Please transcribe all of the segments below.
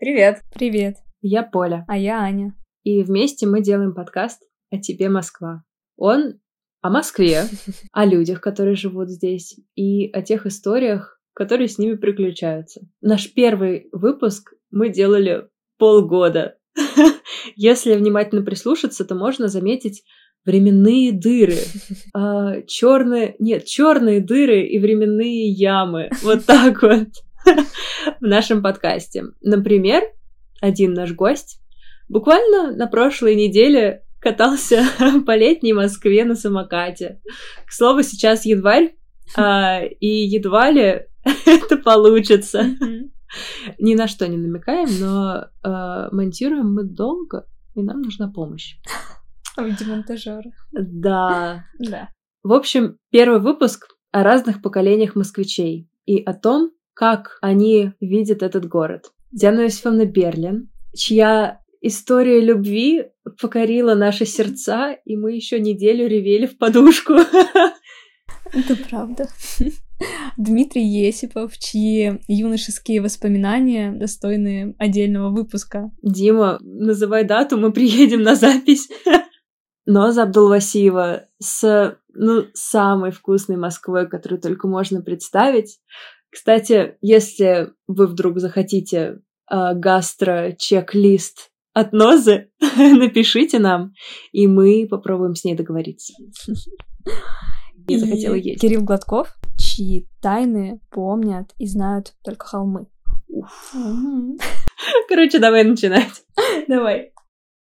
Привет! Привет! Я Поля. А я Аня. И вместе мы делаем подкаст «О тебе, Москва». Он о Москве, о людях, которые живут здесь, и о тех историях, которые с ними приключаются. Наш первый выпуск мы делали полгода. Если внимательно прислушаться, то можно заметить временные дыры. Черные дыры и временные ямы. Вот так вот в нашем подкасте. Например, один наш гость буквально на прошлой неделе катался по летней Москве на самокате. К слову, сейчас январь, и едва ли это получится. Ни на что не намекаем, но монтируем мы долго, и нам нужна помощь. Видимо, монтажёры. Да. В общем, первый выпуск о разных поколениях москвичей и о том, как они видят этот город. Диана Иосифовна Берлин, чья история любви покорила наши сердца, и мы еще неделю ревели в подушку. Это правда. Дмитрий Есипов, чьи юношеские воспоминания достойны отдельного выпуска. Дима, называй дату, мы приедем на запись. Ноза Абдулвасиева с самой вкусной Москвой, которую только можно представить. Кстати, если вы вдруг захотите гастро-чек-лист от Нозы, напишите нам, и мы попробуем с ней договориться. Я захотела есть. Кирилл Гладков, чьи тайны помнят и знают только холмы. Короче, давай начинать. Давай.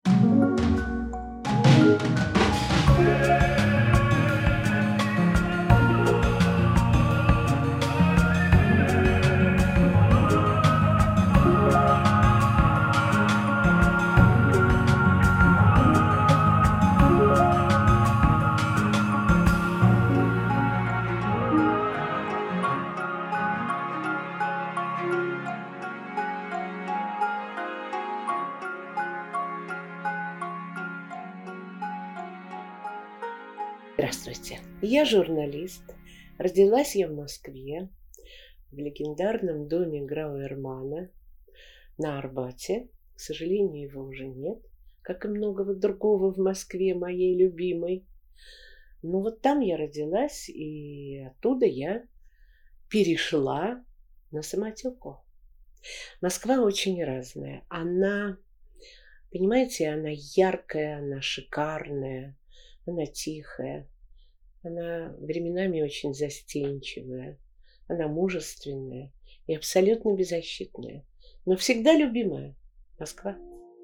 Здравствуйте, я журналист. Родилась я в Москве, в легендарном доме Грауэрмана на Арбате. К сожалению, его уже нет, как и многого другого в Москве, моей любимой. Но вот там я родилась, и оттуда я перешла на самотёку. Москва очень разная. Она, понимаете, она яркая, она шикарная, она тихая, она временами очень застенчивая, она мужественная и абсолютно беззащитная, но всегда любимая. Москва.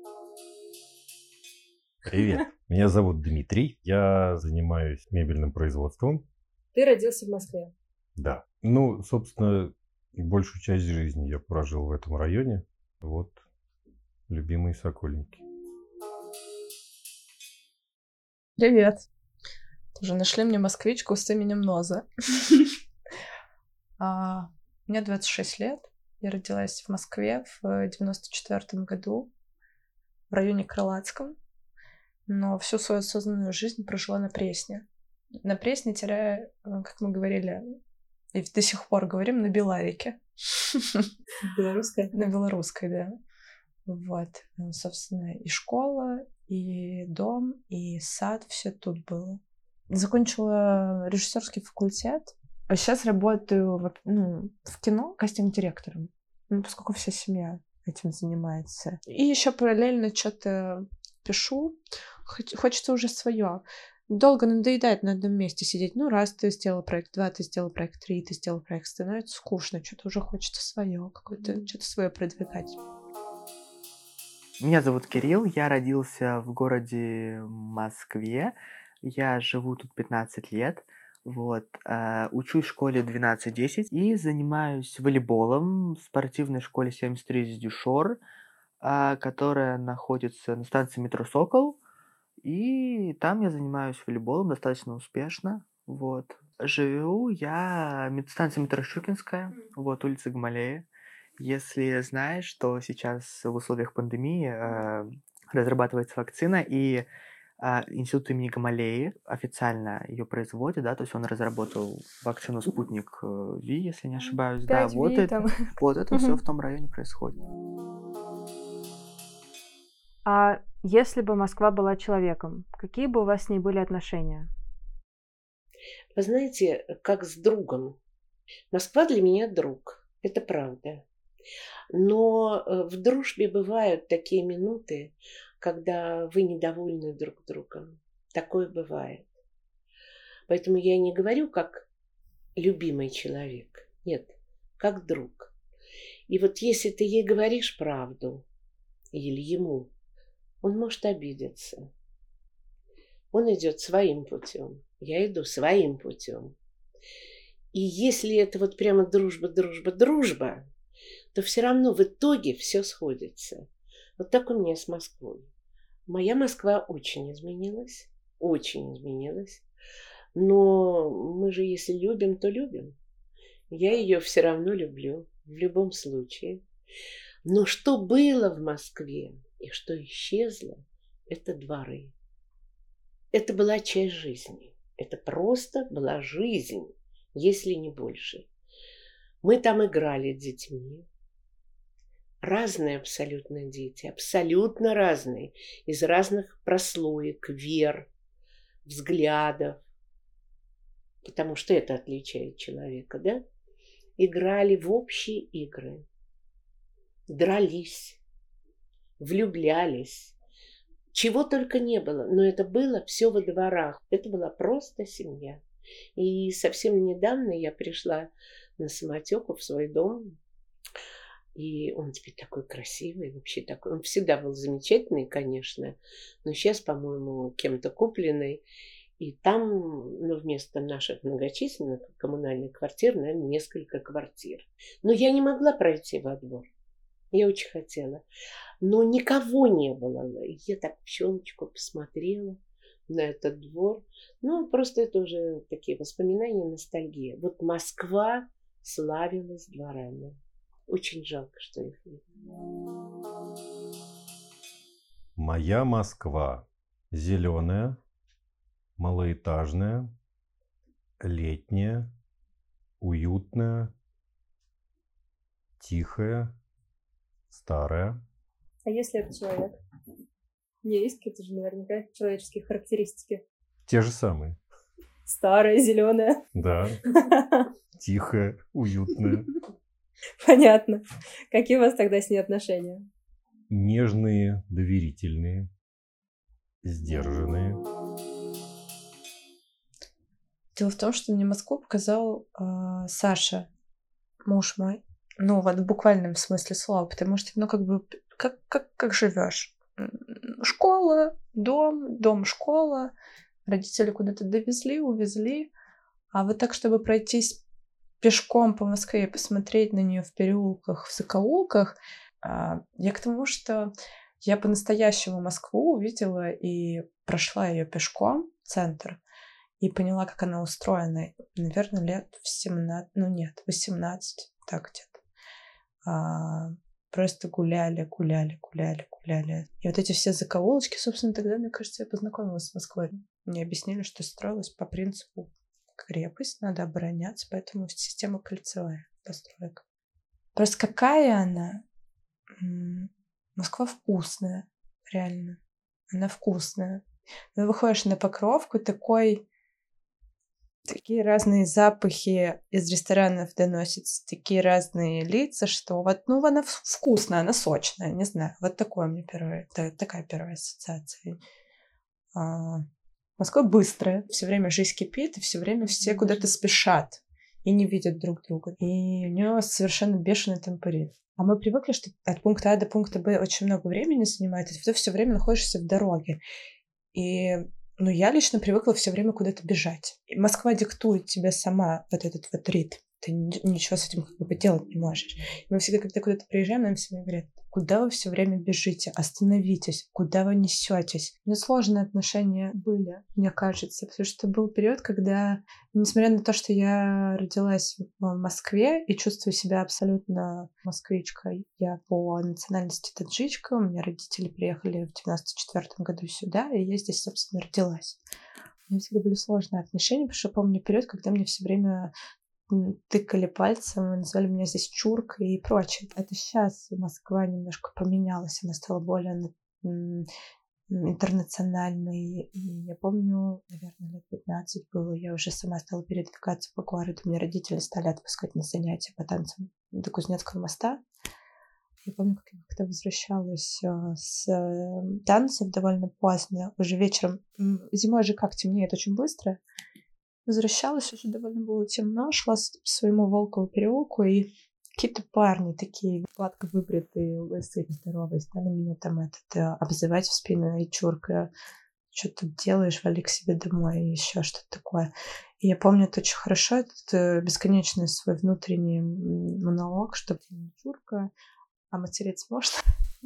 Привет, меня зовут Дмитрий, я занимаюсь мебельным производством. Ты родился в Москве? Да. Собственно, большую часть жизни я прожил в этом районе. Вот, любимые Сокольники. Привет. Тоже нашли мне москвичку с именем Ноза. Мне 26 лет. Я родилась в Москве в 94 году в районе Крылатском, но всю свою осознанную жизнь прожила на Пресне. На Пресне, как мы говорили, и до сих пор говорим, на Белавике. Белорусская? На белорусской, да. Вот, собственно, и школа, и дом, и сад, все тут было. Закончила режиссерский факультет, а сейчас работаю в кино кастинг-директором, поскольку вся семья этим занимается. И еще параллельно что-то пишу, хочется уже свое. Долго надоедает на одном месте сидеть. Раз ты сделал проект, 2 ты сделал проект, 3 ты сделал проект, становится скучно, что-то уже хочется свое, какое-то что-то свое продвигать. Меня зовут Кирилл, я родился в городе Москве, я живу тут 15 лет, учусь в школе 12-10 и занимаюсь волейболом в спортивной школе 73 Дюшор, которая находится на станции метро «Сокол», и там я занимаюсь волейболом достаточно успешно, Живу я в станции метро Щукинская, улица Гамалея. Если знаешь, что сейчас в условиях пандемии разрабатывается вакцина, и институт имени Гамалеи официально ее производит, то есть он разработал вакцину «Спутник Ви», если не ошибаюсь. 5 вот Ви, это все в том районе происходит. А если бы Москва была человеком, какие бы у вас с ней были отношения? Вы знаете, как с другом. Москва для меня друг, это правда. Но в дружбе бывают такие минуты, когда вы недовольны друг другом. Такое бывает. Поэтому я не говорю как любимый человек. Нет, как друг. И вот если ты ей говоришь правду, или ему, он может обидеться. Он идет своим путем. Я иду своим путем. И если это вот прямо дружба, дружба, дружба, то все равно в итоге все сходится. Вот так у меня с Москвой. Моя Москва очень изменилась. Очень изменилась. Но мы же, если любим, то любим. Я ее все равно люблю. В любом случае. Но что было в Москве и что исчезло, это дворы. Это была часть жизни. Это просто была жизнь, если не больше. Мы там играли с детьми. Разные абсолютно дети, абсолютно разные, из разных прослоек, вер, взглядов, потому что это отличает человека, да? Играли в общие игры, дрались, влюблялись, чего только не было, но это было все во дворах, это была просто семья. И совсем недавно я пришла на самотеку в свой дом, и он теперь такой красивый, вообще такой. Он всегда был замечательный, конечно, но сейчас, по-моему, кем-то купленный. И там, ну, вместо наших многочисленных коммунальных квартир, наверное, несколько квартир. Но я не могла пройти во двор. Я очень хотела. Но никого не было. Я так в щелочку посмотрела на этот двор. Ну, просто это уже такие воспоминания, ностальгия. Вот Москва славилась дворами. Очень жалко, что их нет. Моя Москва зеленая, малоэтажная, летняя, уютная, тихая, старая. А если это человек? Не, есть какие-то же наверняка человеческие характеристики. Те же самые. Старая, зеленая. Да, тихая, уютная. Понятно. Какие у вас тогда с ней отношения? Нежные, доверительные, сдержанные. Дело в том, что мне Москву показал Саша, муж мой. Ну, вот в буквальном смысле слова, потому что, ну, как бы, как живешь? Школа, дом, школа. Родители куда-то довезли, увезли. А вот так, чтобы пройтись пешком по Москве и посмотреть на нее в переулках, в закоулках, я к тому, что я по-настоящему Москву увидела и прошла ее пешком в центр и поняла, как она устроена. Наверное, лет в 17, 18, так где-то. Просто гуляли. И вот эти все закоулочки, собственно, тогда, мне кажется, я познакомилась с Москвой. Мне объяснили, что строилась по принципу крепость, надо обороняться, поэтому система кольцевая постройка. Просто какая она? Москва вкусная, реально. Она вкусная. Ты выходишь на Покровку, такие разные запахи из ресторанов доносятся, такие разные лица, что вот, ну, она вкусная, она сочная, не знаю. Вот такая первая ассоциация. Москва быстрая, все время жизнь кипит, и все время все куда-то спешат и не видят друг друга. И у нее совершенно бешеный темпоритм. А мы привыкли, что от пункта А до пункта Б очень много времени занимает, и ты все время находишься в дороге. И я лично привыкла все время куда-то бежать. И Москва диктует тебе сама вот этот вот ритм. Ты ничего с этим как бы поделать не можешь. И мы всегда, когда куда-то приезжаем, нам всегда говорят: куда вы все время бежите? Остановитесь. Куда вы несетесь? У меня сложные отношения были, мне кажется, потому что был период, когда, несмотря на то, что я родилась в Москве и чувствую себя абсолютно москвичкой, я по национальности таджичка, у меня родители приехали в 94 году сюда, и я здесь, собственно, родилась. У меня всегда были сложные отношения, потому что помню период, когда мне все время тыкали пальцем, называли меня здесь чуркой и прочее. Это сейчас Москва немножко поменялась, она стала более интернациональный. И я помню, наверное, лет 15 было, я уже сама стала передвигаться по городу. Меня родители стали отпускать на занятия по танцам до Кузнецкого моста. Я помню, как я как-то возвращалась с танцев довольно поздно, уже вечером. Зимой же как темнеет очень быстро. Возвращалась, уже довольно было темно, шла по своему Волкову переулку, и какие-то парни такие гладко выбритые, лысые, здоровые, стали меня там обзывать в спину: и чурка, что ты делаешь, вали к себе домой, и еще что-то такое. И я помню это очень хорошо, этот бесконечный свой внутренний монолог, что чурка, а материться можно?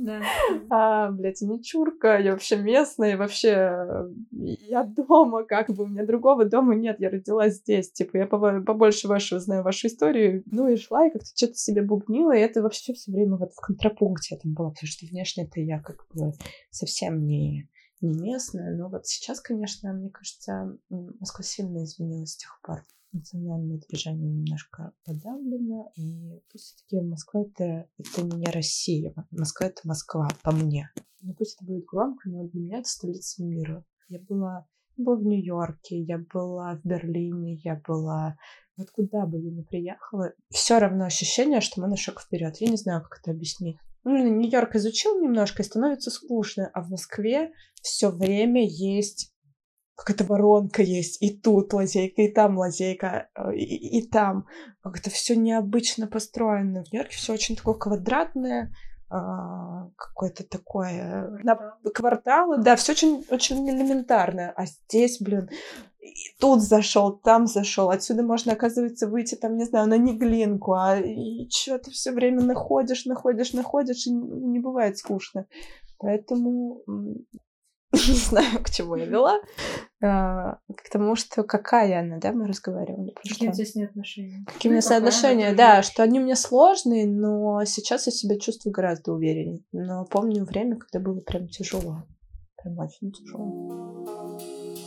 Да. Блядь, не чурка, я вообще местная, вообще я дома, как бы, у меня другого дома нет, я родилась здесь, типа, я побольше вашего знаю вашу историю. Ну и шла, и как-то что-то себе бубнила, и это вообще все время вот в контрапункте это было, потому что внешне-то я как бы совсем не местная, но вот сейчас, конечно, мне кажется, Москва сильно изменилась с тех пор. Национальное движение немножко подавлено, и все-таки Москва это не Россия, Москва это Москва, по мне. Ну пусть это будет громко, но для меня это столица мира. Я была в Нью-Йорке, я была в Берлине, я была... Вот куда бы я ни приехала, все равно ощущение, что мы на шаг вперед. Я не знаю, как это объяснить. Нью-Йорк изучил немножко, и становится скучно, а в Москве все время есть какая-то воронка есть, и тут лазейка, и там лазейка, и там. Как-то все необычно построено. В Нью-Йорке все очень такое квадратное, какое-то такое кварталы, да, все очень, очень элементарно. А здесь, блин, и тут зашел, там зашел, отсюда можно, оказывается, выйти там, не знаю, на Неглинку, и что ты все время находишь, и не бывает скучно. Поэтому не знаю, к чему я вела. К тому, что какая она, да, мы разговаривали. Какие у тебя с ней отношения? Какие у меня соотношения, да, что они у меня сложные, но сейчас я себя чувствую гораздо увереннее. Но помню время, когда было прям тяжело. Прям очень тяжело.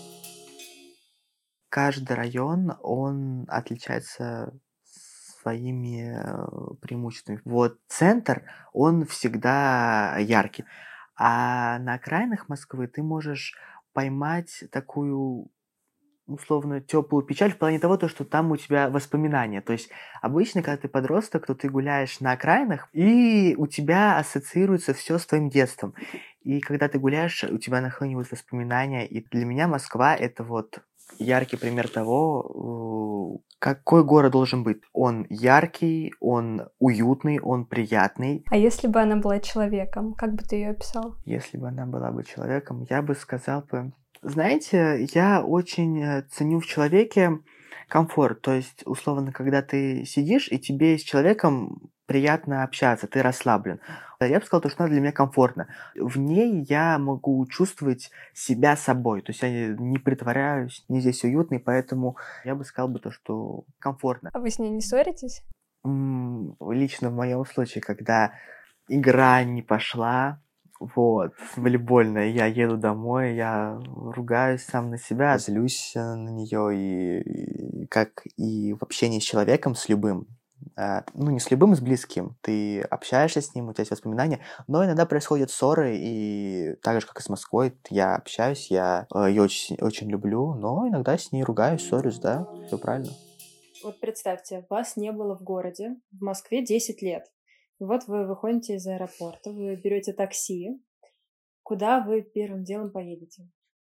Каждый район, он отличается своими преимуществами. Вот центр, он всегда яркий. А на окраинах Москвы ты можешь поймать такую условно теплую печаль в плане того, что там у тебя воспоминания. То есть обычно, когда ты подросток, то ты гуляешь на окраинах, и у тебя ассоциируется все с твоим детством. И когда ты гуляешь, у тебя нахлынивают воспоминания. И для меня Москва — это вот яркий пример того, какой город должен быть. Он яркий, он уютный, он приятный. А если бы она была человеком, как бы ты ее описал? Если бы она была бы человеком, я бы сказал бы... Знаете, я очень ценю в человеке комфорт. То есть, условно, когда ты сидишь, и тебе с человеком приятно общаться, ты расслаблен. Я бы сказал, что она для меня комфортна. В ней я могу чувствовать себя собой. То есть я не притворяюсь, мне здесь уютно, и поэтому я бы сказал бы что комфортно. А вы с ней не ссоритесь? Лично в моем случае, когда игра не пошла, волейбольная, я еду домой, я ругаюсь сам на себя, злюсь на нее, и как и в общении с человеком, с любым, не с любым, с близким, ты общаешься с ним, у тебя есть воспоминания, но иногда происходят ссоры, и так же, как и с Москвой, я общаюсь, я ее очень, очень люблю, но иногда с ней ругаюсь, ссорюсь, да, все правильно. Вот представьте, вас не было в городе, в Москве 10 лет. И вот вы выходите из аэропорта, вы берете такси. Куда вы первым делом поедете?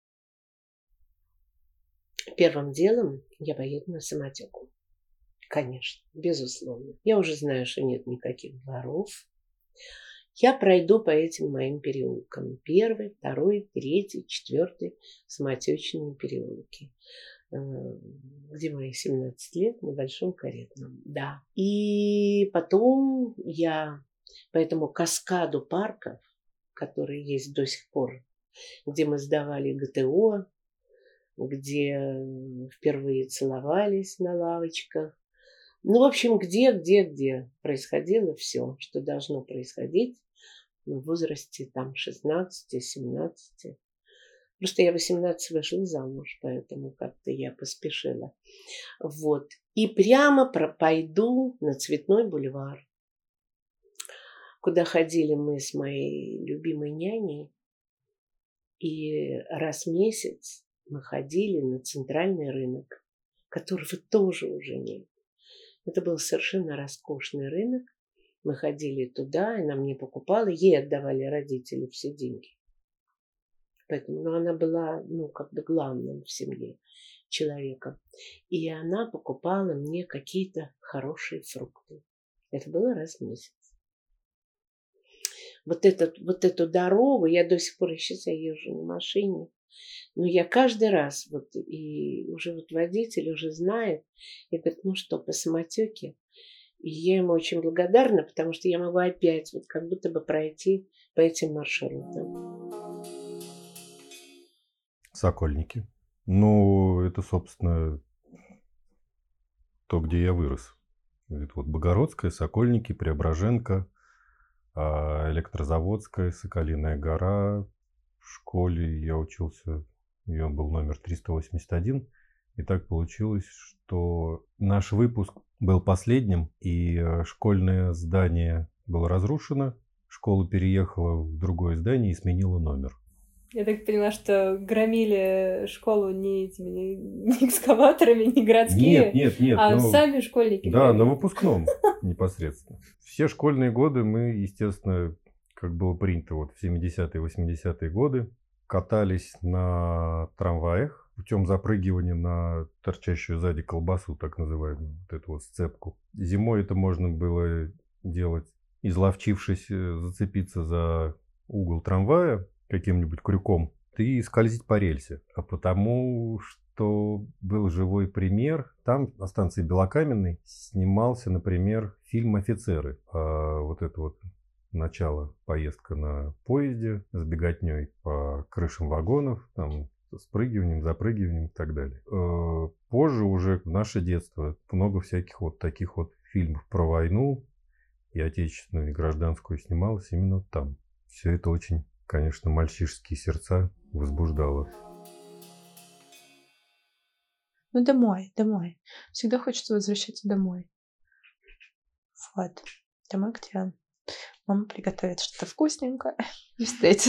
Первым делом я поеду на самотеку. Конечно, безусловно. Я уже знаю, что нет никаких дворов. Я пройду по этим моим переулкам. 1, 2, 3, 4 самотечные переулки. Где мои 17 лет на Большом Каретном. Да. И потом я по этому каскаду парков, которые есть до сих пор, где мы сдавали ГТО, где впервые целовались на лавочках. В общем, где происходило все, что должно происходить в возрасте 16-17. Просто я 18 вышла замуж, поэтому как-то я поспешила. И прямо пойду на Цветной бульвар, куда ходили мы с моей любимой няней И раз в месяц мы ходили на центральный рынок, которого тоже уже нет. Это был совершенно роскошный рынок. Мы ходили туда, она мне покупала, ей отдавали родители все деньги. Поэтому она была, как бы главным в семье человеком. И она покупала мне какие-то хорошие фрукты. Это было раз в месяц. Вот эту дорогу, я до сих пор сейчас езжу на машине, но я каждый раз, и уже водитель уже знает, и говорит, что, по самотеке? И я ему очень благодарна, потому что я могу опять как будто бы пройти по этим маршрутам. Сокольники. Это, собственно, то, где я вырос. Это Богородская, Сокольники, Преображенка, Электрозаводская, Соколиная гора. В школе я учился, ее был номер 381. И так получилось, что наш выпуск был последним, и школьное здание было разрушено. Школа переехала в другое здание и сменила номер. Я так поняла, что громили школу не экскаваторами, не городские, нет, сами школьники. Да, на выпускном непосредственно. Все школьные годы мы, естественно, как было принято в 70-е, 80-е годы, катались на трамваях путем запрыгивания на торчащую сзади колбасу, так называемую, эту сцепку. Зимой это можно было делать, изловчившись, зацепиться за угол трамвая каким-нибудь крюком и скользить по рельсе. А потому что был живой пример. Там на станции Белокаменной снимался, например, фильм «Офицеры». Начало поездка на поезде с беготней по крышам вагонов, там, спрыгиванием, запрыгиванием и так далее. Позже уже в наше детство много всяких таких фильмов про войну и отечественную, и гражданскую снималось именно там. Все это очень, конечно, мальчишеские сердца возбуждало. Домой. Всегда хочется возвращаться домой. Домой, где мама приготовит что-то вкусненькое и встретит.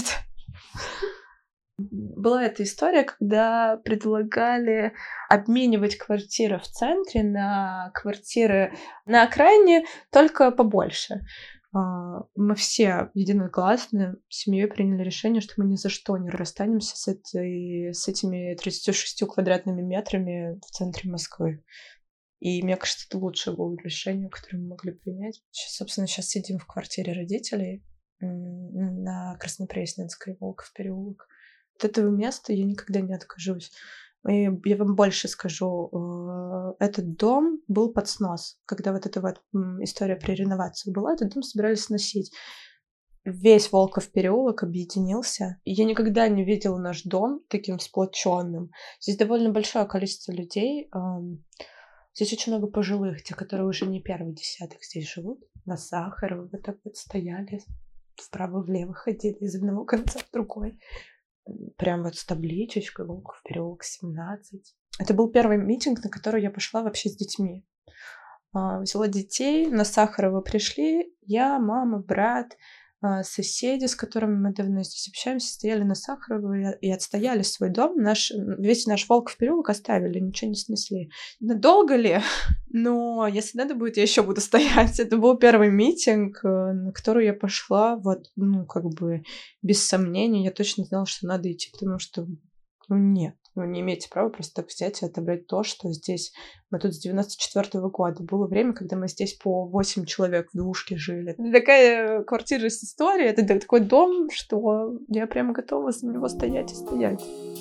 Была эта история, когда предлагали обменивать квартиры в центре на квартиры на окраине, только побольше. Мы все единогласно с семьей приняли решение, что мы ни за что не расстанемся с этими 36 квадратными метрами в центре Москвы. И мне кажется, это лучшее было решение, которое мы могли принять. Сейчас сидим в квартире родителей на Краснопресненской, Волков переулок. От этого места я никогда не откажусь. И я вам больше скажу, этот дом был под снос. Когда эта история при реновации была, этот дом собирались сносить. Весь Волков переулок объединился. И я никогда не видела наш дом таким сплоченным. Здесь довольно большое количество людей. Здесь очень много пожилых, те, которые уже не первый десяток здесь живут. На Сахарова стояли, вправо-влево ходили из одного конца в другой. Прям с табличечкой Волков переулок 17. Это был первый митинг, на который я пошла вообще с детьми. Взяла детей, на Сахарова пришли, я, мама, брат, соседи, с которыми мы давно здесь общаемся, стояли на Сахарова и отстояли свой дом. Весь наш Волков переулок оставили, ничего не снесли. Надолго ли? Но если надо будет, я еще буду стоять. Это был первый митинг, на который я пошла, без сомнений. Я точно знала, что надо идти, потому что, нет. Вы не имеете права просто так взять и отобрать то, что здесь... Мы тут с 94-го года. Было время, когда мы здесь по 8 человек в двушке жили. Это такая квартира с историей, это такой дом, что я прямо готова за него стоять и стоять.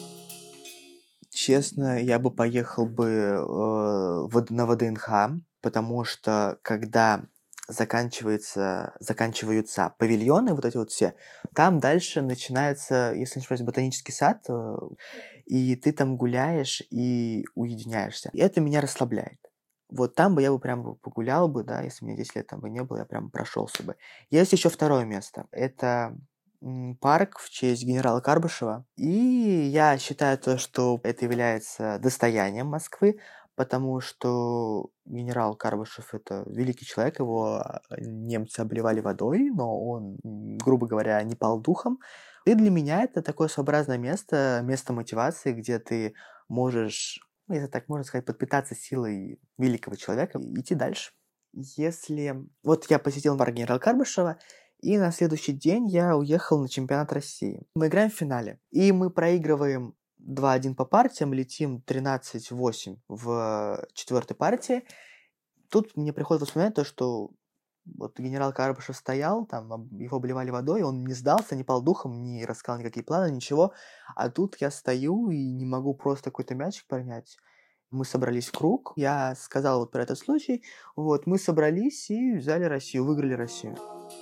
Честно, я бы поехал на ВДНХ, потому что когда заканчиваются павильоны, эти все, там дальше начинается, если не ошибаюсь, ботанический сад, и ты там гуляешь и уединяешься. И это меня расслабляет. Там бы я прям погулял бы, да, если у меня 10 лет там бы не было, я прям прошелся бы. Есть еще второе место. Это парк в честь генерала Карбышева. И я считаю то, что это является достоянием Москвы, потому что генерал Карбышев — это великий человек, его немцы обливали водой, но он, грубо говоря, не пал духом. И для меня это такое своеобразное место мотивации, где ты можешь, если так можно сказать, подпитаться силой великого человека и идти дальше. Если... Вот я посетил парк генерала Карбышева, и на следующий день я уехал на чемпионат России. Мы играем в финале, и мы проигрываем 2-1 по партиям, летим 13-8 в четвертой партии. Тут мне приходит воспоминание то, что вот генерал Карбышев стоял, там его обливали водой, он не сдался, не пал духом, не рассказал никакие планы, ничего. А тут я стою и не могу просто какой-то мячик принять. Мы собрались в круг, я сказал вот про этот случай, вот, мы собрались и взяли Россию, выиграли Россию.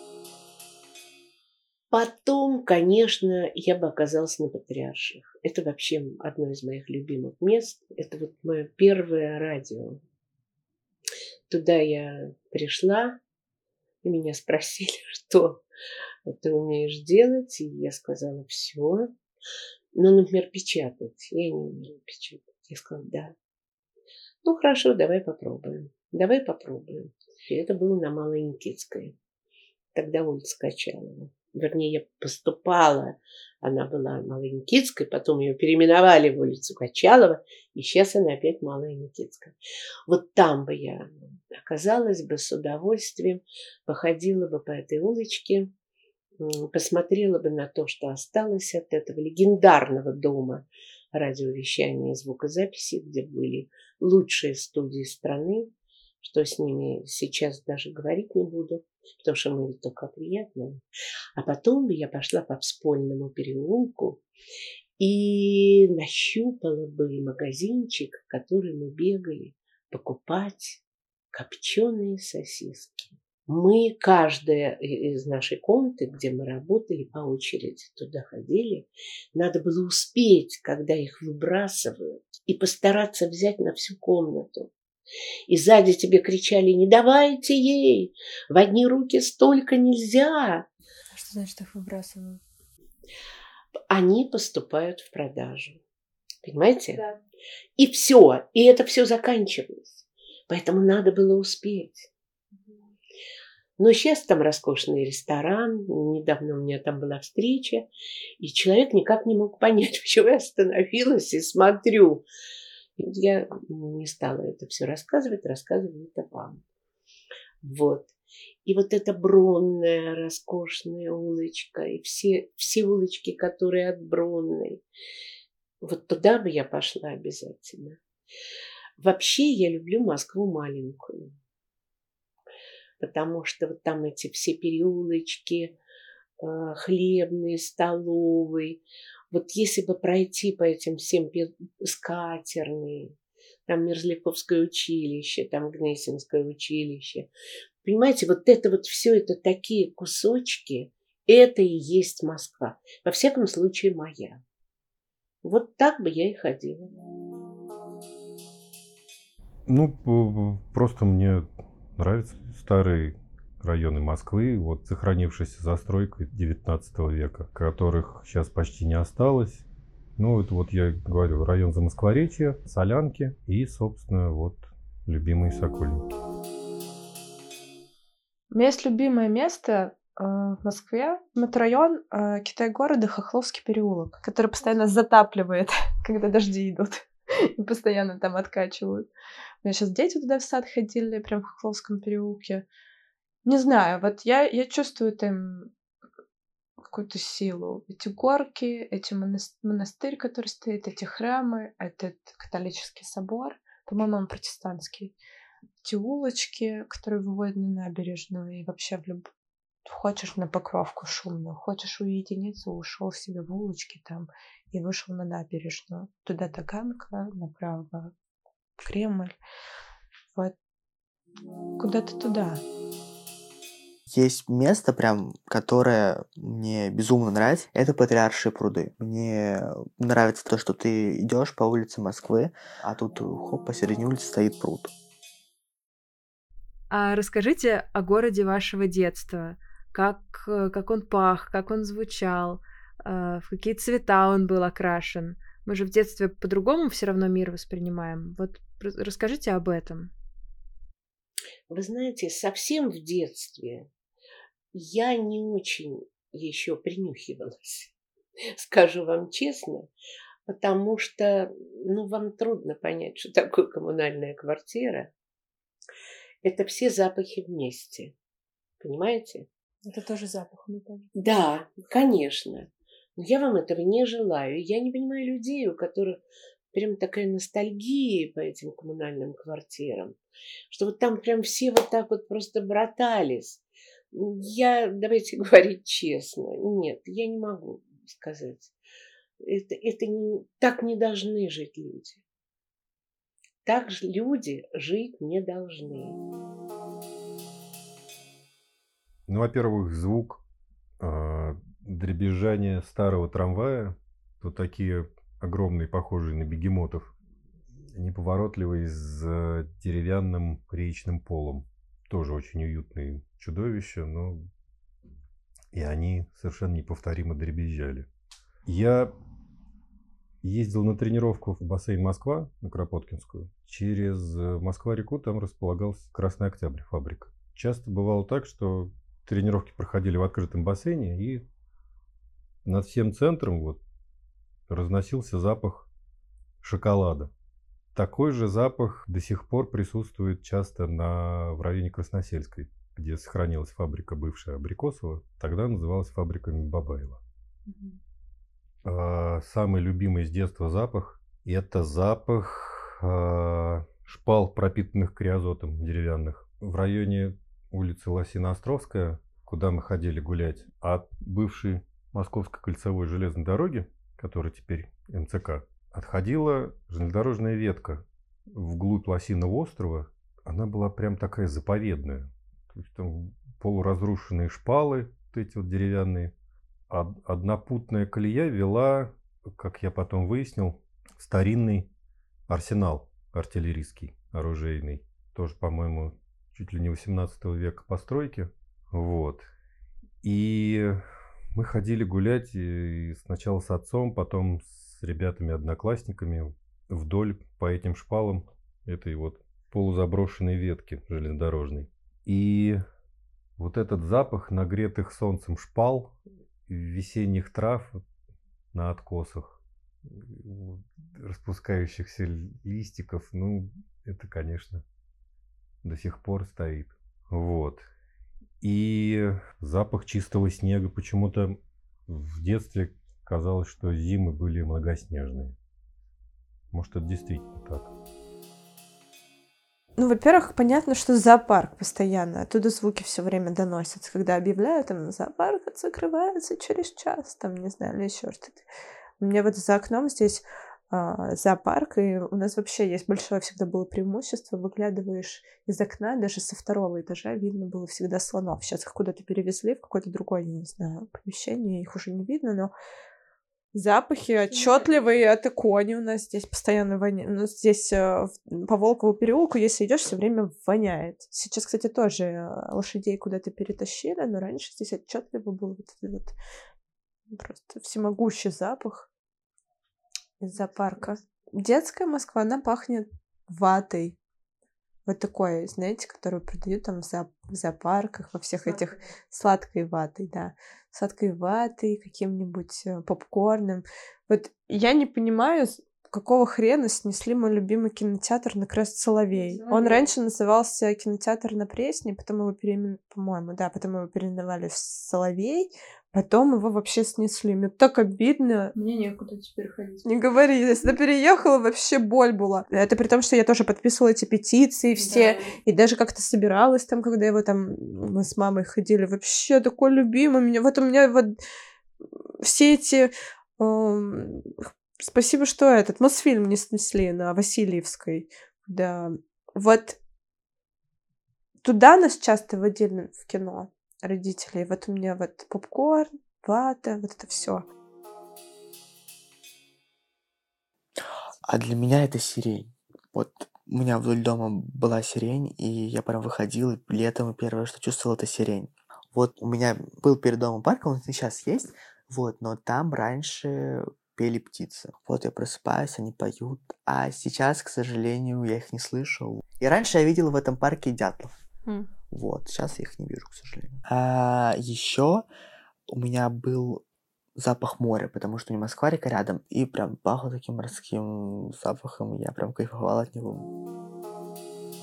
Потом, конечно, я бы оказалась на Патриарших. Это вообще одно из моих любимых мест. Это вот мое первое радио. Туда я пришла, и меня спросили, что ты умеешь делать. И я сказала, все. Ну, например, печатать. Я не умела печатать. Я сказала, да. Ну, хорошо, давай попробуем. Давай попробуем. И это было на Малой Никитской. Тогда улица Качалова. Вернее, я поступала, она была Малой Никитской, потом ее переименовали в улицу Качалова, и сейчас она опять Малая Никитская. Вот там бы я оказалась бы с удовольствием, походила бы по этой улочке, посмотрела бы на то, что осталось от этого легендарного дома радиовещания и звукозаписи, где были лучшие студии страны, что с ними сейчас даже говорить не буду, потому что мы ведь только приятно. А потом я пошла по Вспольному переулку и нащупала бы магазинчик, в который мы бегали покупать копченые сосиски. Мы, каждая из нашей комнаты, где мы работали, по очереди туда ходили. Надо было успеть, когда их выбрасывают, и постараться взять на всю комнату. И сзади тебе кричали, не давайте ей, в одни руки столько нельзя. А что значит их выбрасывают? Они поступают в продажу. Понимаете? Да. И все. И это все заканчивалось. Поэтому надо было успеть. Но сейчас там роскошный ресторан. Недавно у меня там была встреча. И человек никак не мог понять, почему я остановилась и смотрю. Я не стала это все рассказывать, рассказываю это вам. Вот. И вот эта Бронная, роскошная улочка, и все улочки, которые от Бронной. Вот туда бы я пошла обязательно. Вообще я люблю Москву маленькую. Потому что вот там эти все переулочки, Хлебный, Столовый. Вот если бы пройти по этим всем Скатерные, там Мерзляковское училище, там Гнесинское училище. Понимаете, вот это вот все это такие кусочки, это и есть Москва. Во всяком случае, моя. Вот так бы я и ходила. Ну, просто мне нравятся старые районы Москвы, вот сохранившаяся застройка 19 века, которых сейчас почти не осталось. Ну, это вот я говорю, район Замоскворечья, Солянки и, собственно, вот любимые Сокольники. У меня есть любимое место в Москве, метрорайон Китай-города, Хохловский переулок, который постоянно затапливает, когда дожди идут, и постоянно там откачивают. У меня сейчас дети туда в сад ходили, прям в Хохловском переулке. Не знаю, вот я чувствую там какую-то силу. Эти горки, эти монастырь, который стоит, эти храмы, этот католический собор, по-моему, он протестантский. Эти улочки, которые выводят на набережную, и вообще хочешь на Покровку шумную, хочешь уединиться, ушел себе в улочки там и вышел на набережную. Туда Таганка, направо Кремль. Вот куда-то туда. Есть место прям, которое мне безумно нравится. Это Патриаршие пруды. Мне нравится то, что ты идешь по улице Москвы, а тут хоп, посередине улицы стоит пруд. А расскажите о городе вашего детства. Как он пах, как он звучал, в какие цвета он был окрашен. Мы же в детстве по-другому все равно мир воспринимаем. Вот Расскажите об этом. Вы знаете, совсем в детстве я не очень еще принюхивалась, скажу вам честно, потому что, вам трудно понять, что такое коммунальная квартира. Это все запахи вместе, понимаете? Это тоже запах, мне кажется. Да, конечно. Но я вам этого не желаю. Я не понимаю людей, у которых прям такая ностальгия по этим коммунальным квартирам, что вот там прям все вот так вот просто братались. Давайте говорить честно, нет, я не могу сказать. Так не должны жить люди. Так же люди жить не должны. Во-первых, звук дребезжания старого трамвая, вот такие огромные, похожие на бегемотов, неповоротливые с деревянным речным полом. Тоже очень уютные чудовища, но и они совершенно неповторимо дребезжали. Я ездил на тренировку в бассейн Москва, на Кропоткинскую. Через Москва-реку там располагалась Красный Октябрь, фабрика. Часто бывало так, что тренировки проходили в открытом бассейне, и над всем центром разносился запах шоколада. Такой же запах до сих пор присутствует часто в районе Красносельской, где сохранилась фабрика бывшая Абрикосова. Тогда называлась фабрика Бабаева. Самый любимый с детства запах – это запах шпал, пропитанных криозотом деревянных. В районе улицы Лосино-Островская, куда мы ходили гулять, от бывшей Московской кольцевой железной дороги, которая теперь МЦК, отходила железнодорожная ветка вглубь Лосиного острова. Она была прям такая заповедная. То есть там полуразрушенные шпалы, вот эти вот деревянные. Однопутная колея вела, как я потом выяснил, в старинный арсенал артиллерийский, оружейный. Тоже, по-моему, чуть ли не 18 века постройки. И мы ходили гулять сначала с отцом, потом с ребятами-одноклассниками вдоль по этим шпалам этой полузаброшенной ветки железнодорожной. И вот этот запах нагретых солнцем шпал, весенних трав на откосах, распускающихся листиков, это, конечно, до сих пор стоит. И запах чистого снега. Почему-то в детстве казалось, что зимы были многоснежные. Может, это действительно так. Во-первых, понятно, что зоопарк постоянно. Оттуда звуки все время доносятся. Когда объявляют, зоопарк закрывается через час, не знаю, или еще что-то. У меня за окном здесь зоопарк, и у нас вообще есть большое всегда было преимущество. Выглядываешь из окна, даже со 2-го этажа видно было всегда слонов. Сейчас их куда-то перевезли в какое-то другое, я не знаю, помещение, их уже не видно, но запахи отчетливые от икони у нас здесь постоянно воняет. У нас здесь по Волкову переулку, если идешь, все время воняет. Сейчас, кстати, тоже лошадей куда-то перетащили, но раньше здесь отчетливо был этот просто всемогущий запах из зоопарка. Детская Москва, она пахнет ватой. Вот такой, знаете, которую продают там в зоопарках, во всех этих сладкой ватой, да. Сладкой ватой, каким-нибудь попкорном. Я не понимаю, какого хрена снесли мой любимый кинотеатр на Крест Соловей. Он раньше назывался кинотеатр на Пресне, потом его переименовали в Соловей, потом его вообще снесли. Мне так обидно. Мне некуда теперь ходить. Не говори, я сюда переехала, вообще боль была. Это при том, что я тоже подписывала эти петиции все, и даже как-то собиралась там, когда мы с мамой ходили. Вообще такой любимый. У меня все эти... Спасибо, что Мосфильм не снесли на Васильевской. Да. Туда нас часто водили в кино, родителей. У меня попкорн, вата, это все. А для меня это сирень. У меня вдоль дома была сирень, и я прям выходил летом, и первое, что чувствовал, это сирень. У меня был перед домом парк, он сейчас есть, но там раньше пели птицы. Вот я просыпаюсь, они поют, а сейчас, к сожалению, я их не слышу. И раньше я видел в этом парке дятлов. Вот, сейчас я их не вижу, к сожалению. А еще у меня был запах моря, потому что у меня Москва-река рядом, и прям пахло таким морским запахом, я прям кайфовала от него.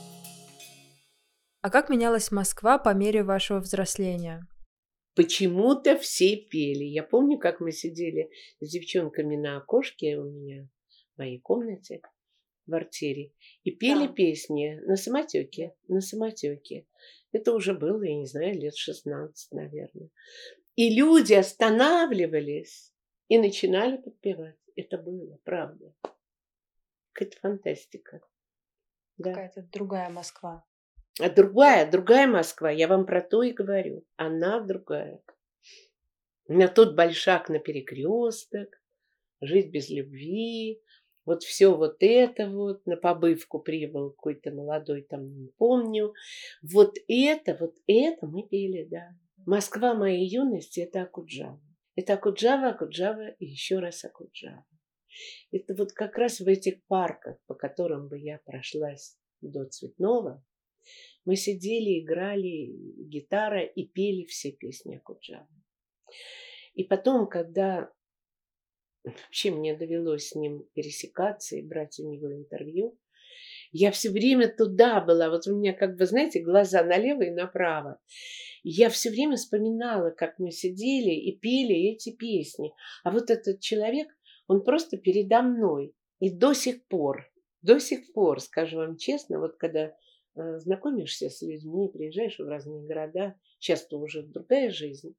А как менялась Москва по мере вашего взросления? Почему-то все пели. Я помню, как мы сидели с девчонками на окошке у меня в моей комнате, в квартире, и пели песни на самотеке, на самотеке. Это уже было, я не знаю, лет 16, наверное. И люди останавливались и начинали подпевать. Это было, правда. Какая-то фантастика. Да. Какая-то другая Москва. А другая Москва, я вам про то и говорю. Она другая. На тот большак на перекресток, жить без любви, вот все вот это вот, на побывку прибыл какой-то молодой, там, не помню. Вот это мы пели, да. Москва моей юности — это Окуджава. Это Окуджава и еще раз Окуджава. Это вот как раз в этих парках, по которым бы я прошлась до Цветного, мы сидели, играли гитара и пели все песни Окуджавы. И потом, когда вообще мне довелось с ним пересекаться и брать у него интервью, я все время туда была. Вот у меня, как бы, знаете, глаза налево и направо. Я все время вспоминала, как мы сидели и пели эти песни. А вот этот человек, он просто передо мной. И до сих пор, скажу вам честно, вот когда знакомишься с людьми, приезжаешь в разные города, часто уже другая жизнь.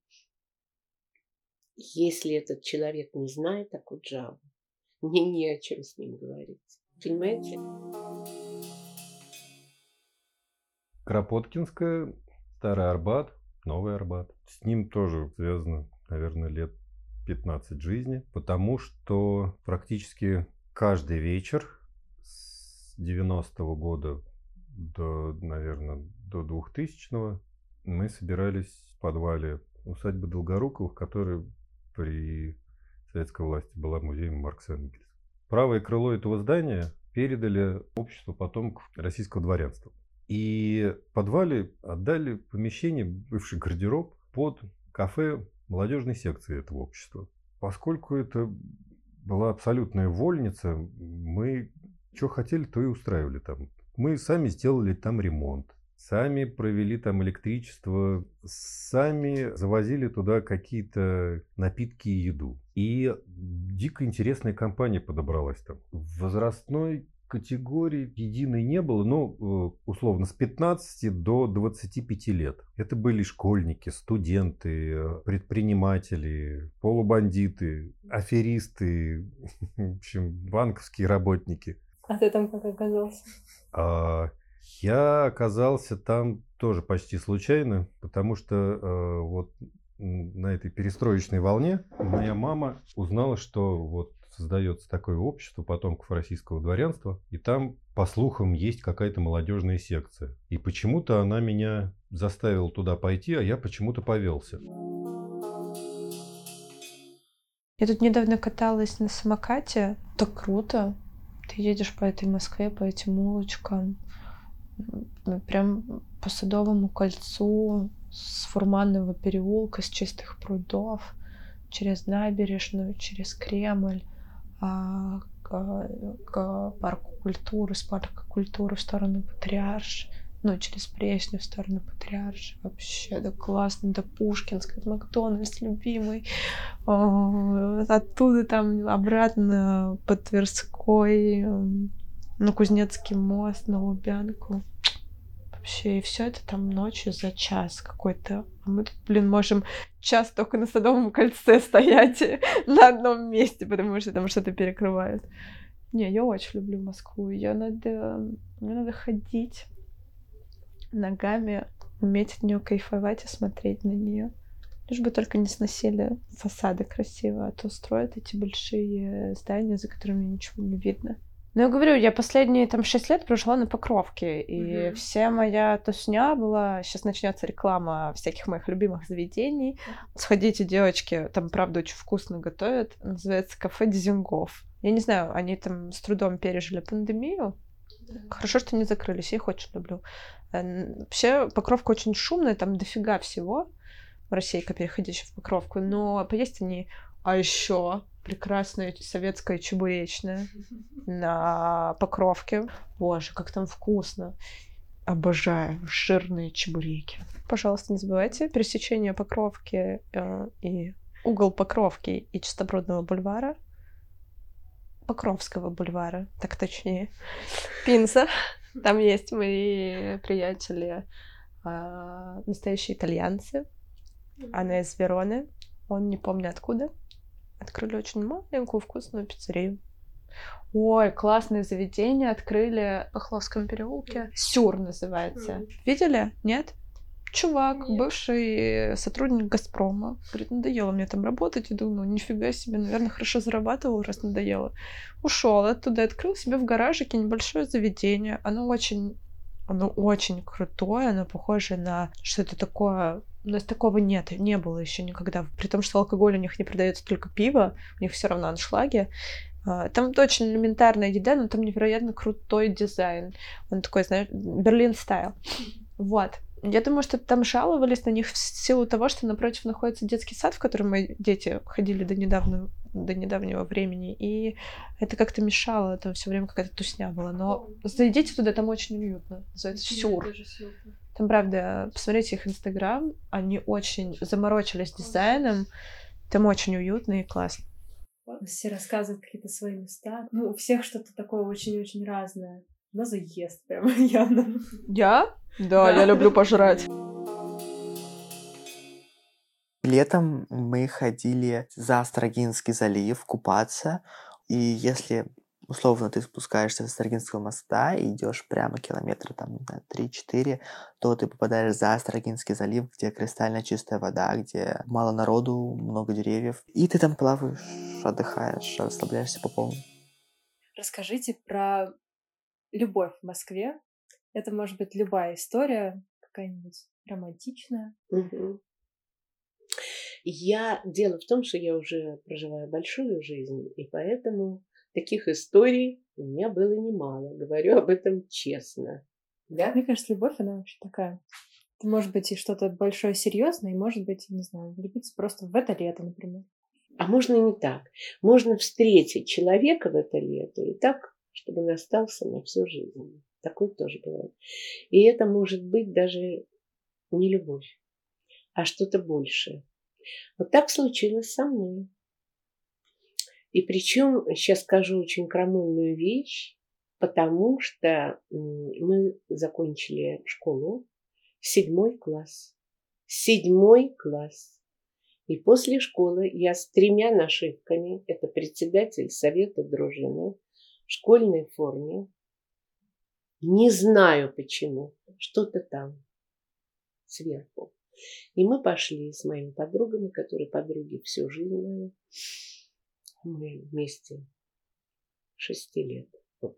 Если этот человек не знает Окуджаву, мне не о чем с ним говорить. Понимаете? Кропоткинская, Старый Арбат, Новый Арбат. С ним тоже связано, наверное, лет 15 жизни, потому что практически каждый вечер с 90-го года до, наверное, до 2000-го мы собирались в подвале усадьбы Долгоруковых, которая при советской власти была музеем Маркса и Энгельса. Правое крыло этого здания передали обществу потомков российского дворянства. И в подвале отдали помещение, бывший гардероб, под кафе молодежной секции этого общества. Поскольку это была абсолютная вольница, мы что хотели, то и устраивали там. Мы сами сделали там ремонт, сами провели там электричество, сами завозили туда какие-то напитки и еду. И дико интересная компания подобралась там. Возрастной категории единой не было, но условно с 15 до 25 лет. Это были школьники, студенты, предприниматели, полубандиты, аферисты, в общем, банковские работники. А ты там как оказался? Я оказался там тоже почти случайно, потому что вот на этой перестроечной волне моя мама узнала, что вот создается такое общество потомков российского дворянства, и там, по слухам, есть какая-то молодежная секция. И почему-то она меня заставила туда пойти, а я почему-то повелся. Я тут недавно каталась на самокате. Так круто. Ты едешь по этой Москве, по этим улочкам, прям по Садовому кольцу, с Фурманного переулка, с Чистых прудов, через набережную, через Кремль, к парку культуры, с парка культуры в сторону Патриарши, ну, через Пресню в сторону Патриарши. Вообще, да классно, до Пушкинской, Макдональдс любимый. Оттуда там обратно по Тверской, на Кузнецкий мост, на Лубянку. Вообще, и все это там ночью за час какой-то. А мы тут, можем час только на Садовом кольце стоять на одном месте, потому что там что-то перекрывает. Не, я очень люблю Москву. Мне надо ходить ногами, уметь от нее кайфовать и смотреть на нее. Лишь бы только не сносили фасады красиво, а то строят эти большие здания, за которыми ничего не видно. Ну, я говорю, я последние 6 лет прожила на Покровке, и вся моя тусня была... Сейчас начнется реклама всяких моих любимых заведений. Сходите, девочки, там, правда, очень вкусно готовят. Называется кафе Дизингов. Я не знаю, они там с трудом пережили пандемию. Хорошо, что не закрылись, я их очень люблю. Вообще, Покровка очень шумная, там дофига всего. Российка, переходящая в Покровку, но поесть они... А еще прекрасная советская чебуречная на Покровке. Боже, как там вкусно. Обожаю жирные чебуреки. Пожалуйста, не забывайте пересечение Покровки и угол Покровки и Чистопрудного бульвара. Покровского бульвара, так точнее. Пинза. Там есть мои приятели, настоящие итальянцы. Она из Вероны. Он не помню откуда. Открыли очень маленькую вкусную пиццерию. Ой, классное заведение открыли в Хохловском переулке. Сюр называется. Видели? Нет? Чувак, бывший сотрудник Газпрома. Говорит, надоело мне там работать. И думаю, нифига себе, наверное, хорошо зарабатывал, раз надоело. Ушел оттуда, открыл себе в гаражике небольшое заведение. Оно очень крутое, оно похоже на что-то такое. У нас такого нет, не было еще никогда. При том, что алкоголь у них не продается, только пиво, у них все равно аншлаги. Там очень элементарная еда, но там невероятно крутой дизайн. Он такой, знаешь, Берлин стайл. Вот. Я думаю, что там жаловались на них в силу того, что напротив находится детский сад, в который мои дети ходили до недавнего времени, и это как-то мешало, там все время какая-то тусня была. Но зайдите туда, там очень уютно. Называется Сюр. Там, правда, посмотрите их Инстаграм, они очень заморочились дизайном, там очень уютно и классно. Все рассказывают какие-то свои места. Ну, у всех что-то такое очень-очень разное. Но заезд прям явно. Я? Да, я люблю пожрать. Летом мы ходили за Острогинский залив купаться, и если условно ты спускаешься с Острогинского моста и идешь прямо километра, там, не знаю, 3-4, то ты попадаешь за Острогинский залив, где кристально чистая вода, где мало народу, много деревьев, и ты там плаваешь, отдыхаешь, расслабляешься по полной. Расскажите про любовь в Москве. Это может быть любая история, какая-нибудь романтичная. Дело в том, что я уже проживаю большую жизнь, и поэтому таких историй у меня было немало. Говорю об этом честно. Да? Мне кажется, любовь, она вообще такая. Это может быть и что-то большое, серьезное, и может быть, не знаю, влюбиться просто в это лето, например. А можно и не так. Можно встретить человека в это лето и так, чтобы он остался на всю жизнь. Такое тоже бывает. И это может быть даже не любовь, а что-то большее. Вот так случилось со мной. И причем, сейчас скажу очень крамольную вещь, потому что мы закончили школу, 7 класс. 7 класс. И после школы я с 3 нашивками, это председатель совета дружины, в школьной форме, не знаю почему, что-то там сверху. И мы пошли с моими подругами, которые подруги всю жизнь мою. Мы вместе 6 лет. Вот.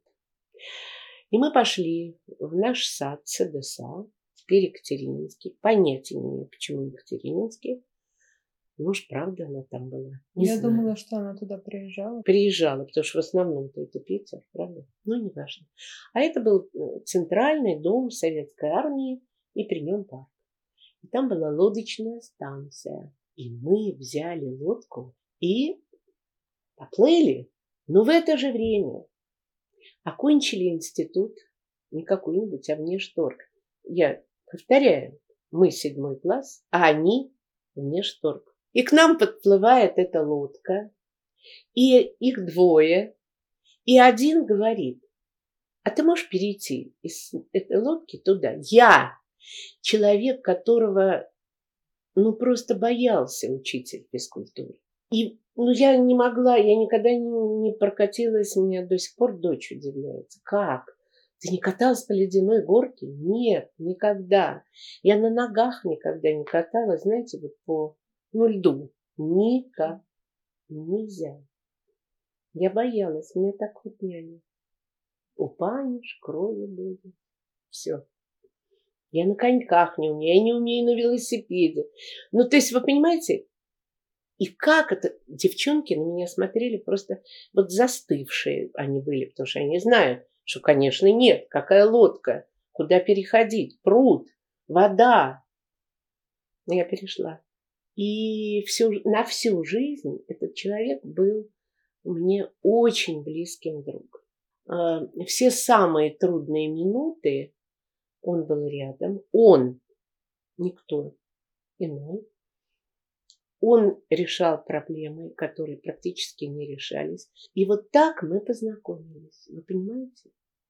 И мы пошли в наш сад ЦДСА, теперь Екатерининский. Понятия не имею, почему Екатерининский. Может, правда она там была? Я думала, что она туда приезжала. Приезжала, потому что в основном-то это Питер, правда? Ну, не важно. А это был центральный дом Советской армии, и при нем парк. И там была лодочная станция. И мы взяли лодку и поплыли. Но в это же время окончили институт, не какой-нибудь, а внешторг. Я повторяю, мы 7 класс, а они внешторг. И к нам подплывает эта лодка, и их 2, и один говорит, а ты можешь перейти из этой лодки туда? Я, человек, которого, просто боялся учитель физкультуры. И, я не могла, я никогда не прокатилась, меня до сих пор дочь удивляется. Как? Ты не каталась по ледяной горке? Нет, никогда. Я на ногах никогда не каталась, знаете, вот по льду. Никак. Нельзя. Я боялась, мне так вот няня. Упанешь, крови будет. Все. Я на коньках не умею, я не умею на велосипеде. Ну, то есть, вы понимаете, и как это... Девчонки на меня смотрели просто вот застывшие они были, потому что они знают, что, конечно, нет. Какая лодка? Куда переходить? Пруд, вода. Но я перешла. И на всю жизнь этот человек был мне очень близким другом. Все самые трудные минуты он был рядом. Он, никто иной. Он решал проблемы, которые практически не решались. И вот так мы познакомились. Вы понимаете?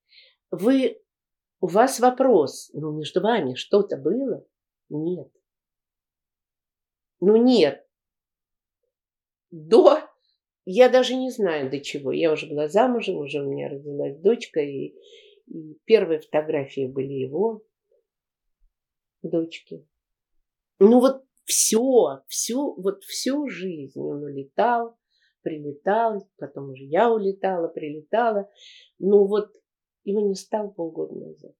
У вас вопрос, между вами что-то было? Нет. Нет. Я даже не знаю до чего. Я уже была замужем, уже у меня родилась дочка, и первые фотографии были его дочки. Всю жизнь он улетал, прилетал, потом уже я улетала, прилетала. Его не стало полгода назад.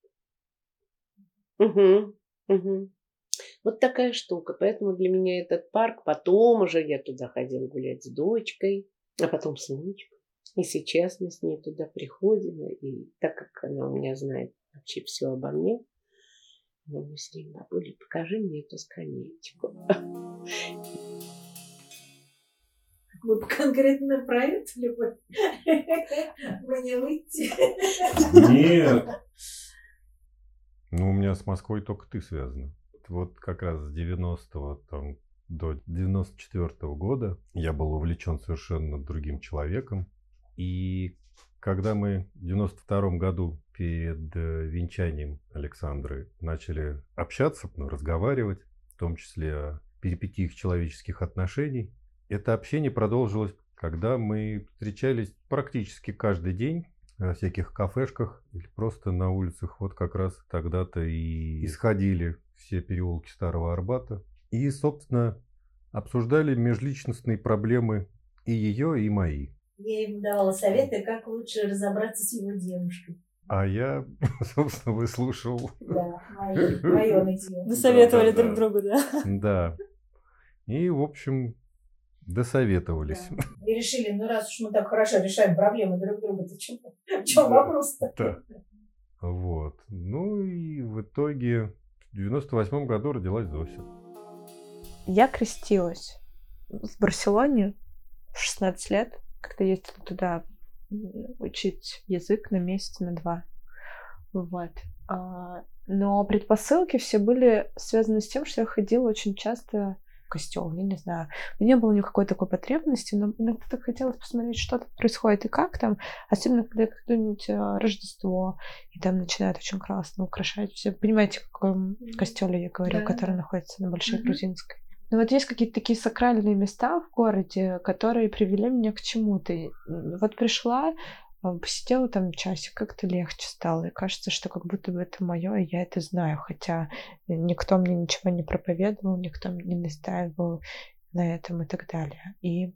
Угу. Вот такая штука. Поэтому для меня этот парк, потом уже я туда ходила гулять с дочкой, а потом с внучкой. И сейчас мы с ней туда приходим, и так как она у меня знает вообще все обо мне, она мне все время: бабуля, покажи мне эту скамеечку. Вы конкретно про это, Любовь? Мне выйти? Нет. У меня с Москвой только ты связана. Вот как раз с 90-го до 94-го года я был увлечен совершенно другим человеком. И когда мы в 92-м году перед венчанием Александры начали общаться, разговаривать, в том числе о перипетиях человеческих отношений, это общение продолжилось, когда мы встречались практически каждый день во всяких кафешках или просто на улицах. Вот как раз тогда-то и исходили все переулки Старого Арбата. И, собственно, обсуждали межличностные проблемы и ее, и мои. Я ему давала советы, как лучше разобраться с его девушкой. А я, собственно, выслушал. Да, мое нытье. Вы советовали друг другу, да? Да. И, в общем, досоветовались. Да. И решили, раз уж мы так хорошо решаем проблемы друг друга, то в чем вопрос-то? Да. Вот. И в итоге в 98-м году родилась Зося. Я крестилась в Барселоне в 16 лет, когда ездила туда учить язык на месяц, на 2. Вот. Но предпосылки все были связаны с тем, что я ходила очень часто в костел, я не знаю. У меня не было никакой такой потребности, но иногда так хотелось посмотреть, что там происходит и как там, особенно когда какое-нибудь Рождество, и там начинают очень классно украшать все. Понимаете, о каком костеле я говорю, да, который находится на Большой Грузинской. Но вот есть какие-то такие сакральные места в городе, которые привели меня к чему-то. Вот пришла, посидела там часик, как-то легче стало. И кажется, что как будто бы это мое, и я это знаю. Хотя никто мне ничего не проповедовал, никто мне не настаивал на этом и так далее. И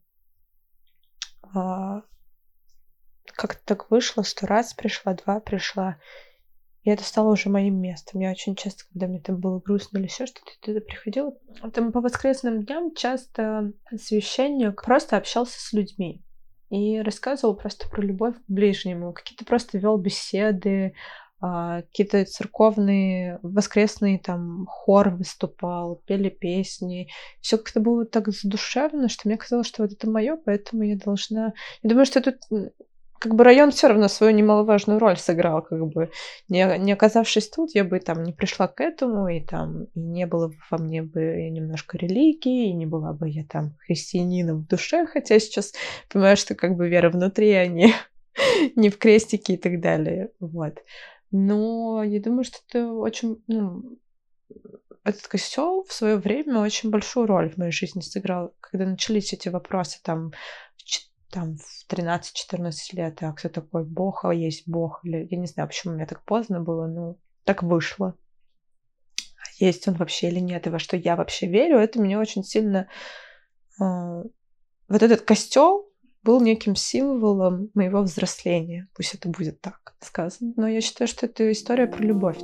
как-то так вышло, 100 раз пришла, 2 пришла. И это стало уже моим местом. Я очень часто, когда мне там было грустно или еще что-то, туда приходила. Там по воскресным дням часто священник просто общался с людьми и рассказывал просто про любовь к ближнему. Какие-то просто вел беседы, какие-то церковные, воскресные там хор выступал, пели песни. Все как-то было так задушевно, что мне казалось, что вот это мое, поэтому я должна... Я думаю, что тут... Как бы район все равно свою немаловажную роль сыграл, как бы не оказавшись тут, я бы там не пришла к этому, и не было бы во мне бы немножко религии, и не была бы я там христианином в душе, хотя сейчас понимаю, что как бы вера внутри, а не в крестике и так далее, вот. Но я думаю, что это очень, этот костел в свое время очень большую роль в моей жизни сыграл, когда начались эти вопросы там в 13-14 лет, а кто такой Бог, а есть Бог, или я не знаю, почему у меня так поздно было, но так вышло. Есть он вообще или нет, и во что я вообще верю, это меня очень сильно... Вот этот костел был неким символом моего взросления, пусть это будет так сказано. Но я считаю, что это история про любовь.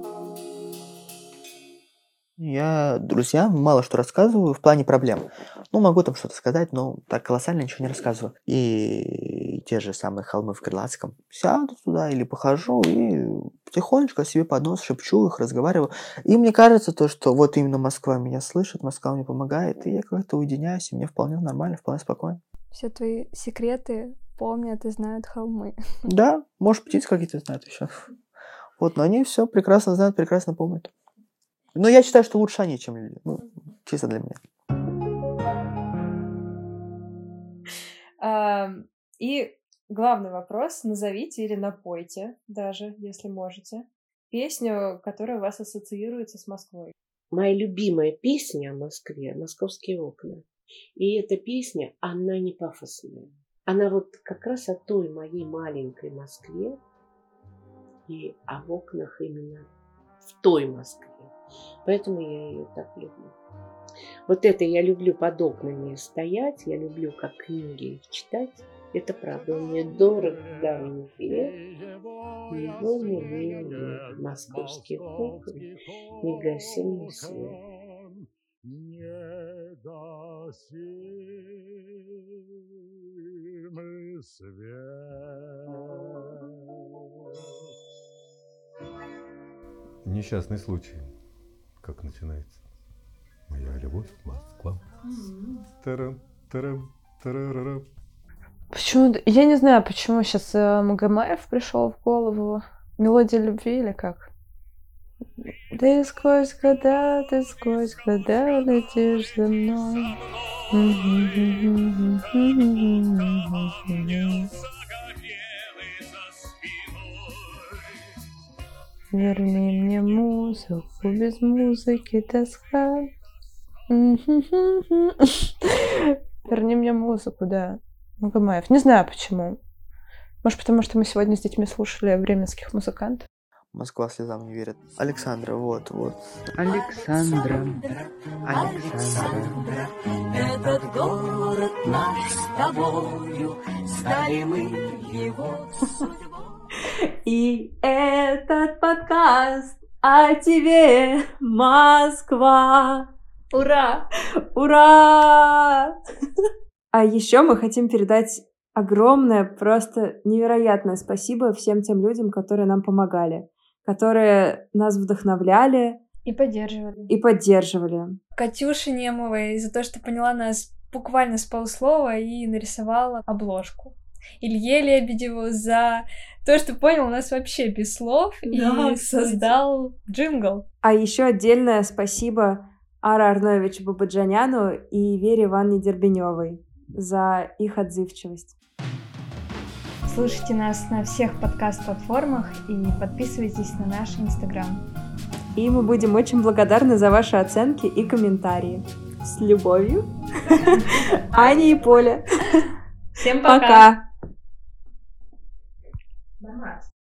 Я друзьям мало что рассказываю в плане проблем. Могу там что-то сказать, но так колоссально ничего не рассказываю. И те же самые холмы в Крылатском. Сяду туда или похожу и потихонечку себе под нос шепчу их, разговариваю. И мне кажется, что вот именно Москва меня слышит, Москва мне помогает, и я как-то уединяюсь, и мне вполне нормально, вполне спокойно. Все твои секреты помнят и знают холмы. Да, может, птицы какие-то знают еще. Вот, но они все прекрасно знают, прекрасно помнят. Но я считаю, что лучше они, чем люди. Чисто для меня. И главный вопрос. Назовите или напойте, даже, если можете, песню, которая у вас ассоциируется с Москвой. Моя любимая песня о Москве — «Московские окна». И эта песня, она не пафосная. Она вот как раз о той моей маленькой Москве и об окнах именно в той Москве. Поэтому я ее так люблю. Вот это я люблю под окнами стоять, я люблю как книги их читать. Это правда, он мне дорог давний век, его милее московских окон, негасимый свет. Негасимый свет. Несчастный случай. Как начинается? Моя любовь, Москва. Тарам, тарам, тарарарам. Почему? Я не знаю, почему сейчас Магомаев пришел в голову. Мелодия любви или как? Ты сквозь года летишь за мной. Верни мне музыку, без музыки тоска. Верни мне музыку, да. Магомаев. Не знаю почему. Может, потому что мы сегодня с детьми слушали бременских музыкантов. Москва слезам не верит. Александра, вот. Александра. Этот город наш с тобою, стали мы его судьбой. И этот подкаст о тебе, Москва. Ура! Ура! А еще мы хотим передать огромное, просто невероятное спасибо всем тем людям, которые нам помогали, которые нас вдохновляли И поддерживали. Катюше Немовой за то, что поняла нас буквально с полуслова и нарисовала обложку. Илье Лебедеву за то, что понял нас вообще без слов и создал джингл. А еще отдельное спасибо Аре Арноевичу Бабаджаняну и Вере Ивановне Дербеневой за их отзывчивость. Слушайте нас на всех подкаст-платформах и подписывайтесь на наш Инстаграм. И мы будем очень благодарны за ваши оценки и комментарии. С любовью, Аня и Поля. Всем пока!